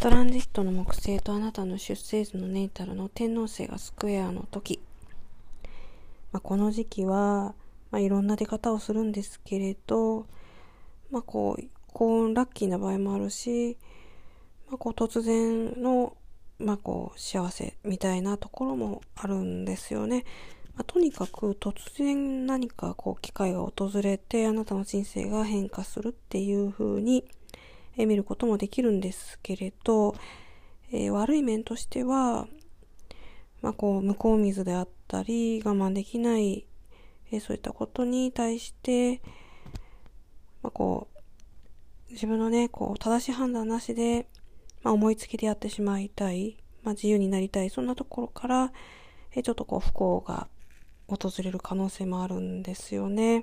トランジットの木星とあなたの出生図のネイタルの天王星がスクエアの時、この時期は、いろんな出方をするんですけれど、幸運ラッキーな場合もあるし、突然の、幸せみたいなところもあるんですよね。とにかく突然何か機会が訪れてあなたの人生が変化するっていう風に見ることもできるんですけれど、悪い面としては、向こう水であったり我慢できない、そういったことに対して、自分のね正しい判断なしで、思いつきでやってしまいたい、自由になりたい、そんなところから、ちょっと不幸が訪れる可能性もあるんですよね。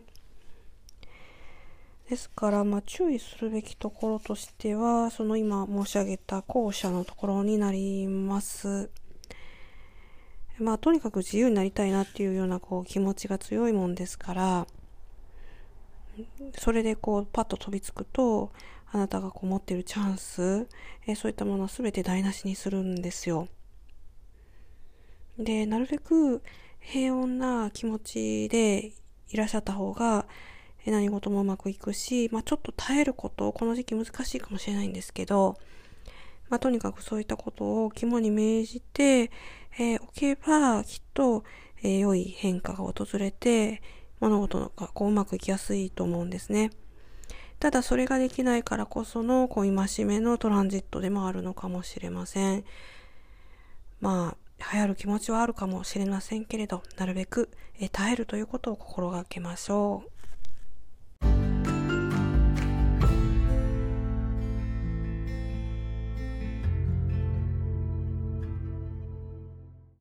ですから、注意するべきところとしては、その今申し上げた後者のところになります。とにかく自由になりたいなっていうような気持ちが強いもんですから、それでパッと飛びつくと、あなたが持っているチャンス、そういったものを全て台無しにするんですよ。で、なるべく平穏な気持ちでいらっしゃった方が、何事もうまくいくし、ちょっと耐えること、この時期難しいかもしれないんですけど、とにかくそういったことを肝に銘じて、おけば、きっと、良い変化が訪れて、物事がうまくいきやすいと思うんですね。ただそれができないからこその戒めのトランジットでもあるのかもしれません。流行る気持ちはあるかもしれませんけれど、なるべく耐えるということを心がけましょう。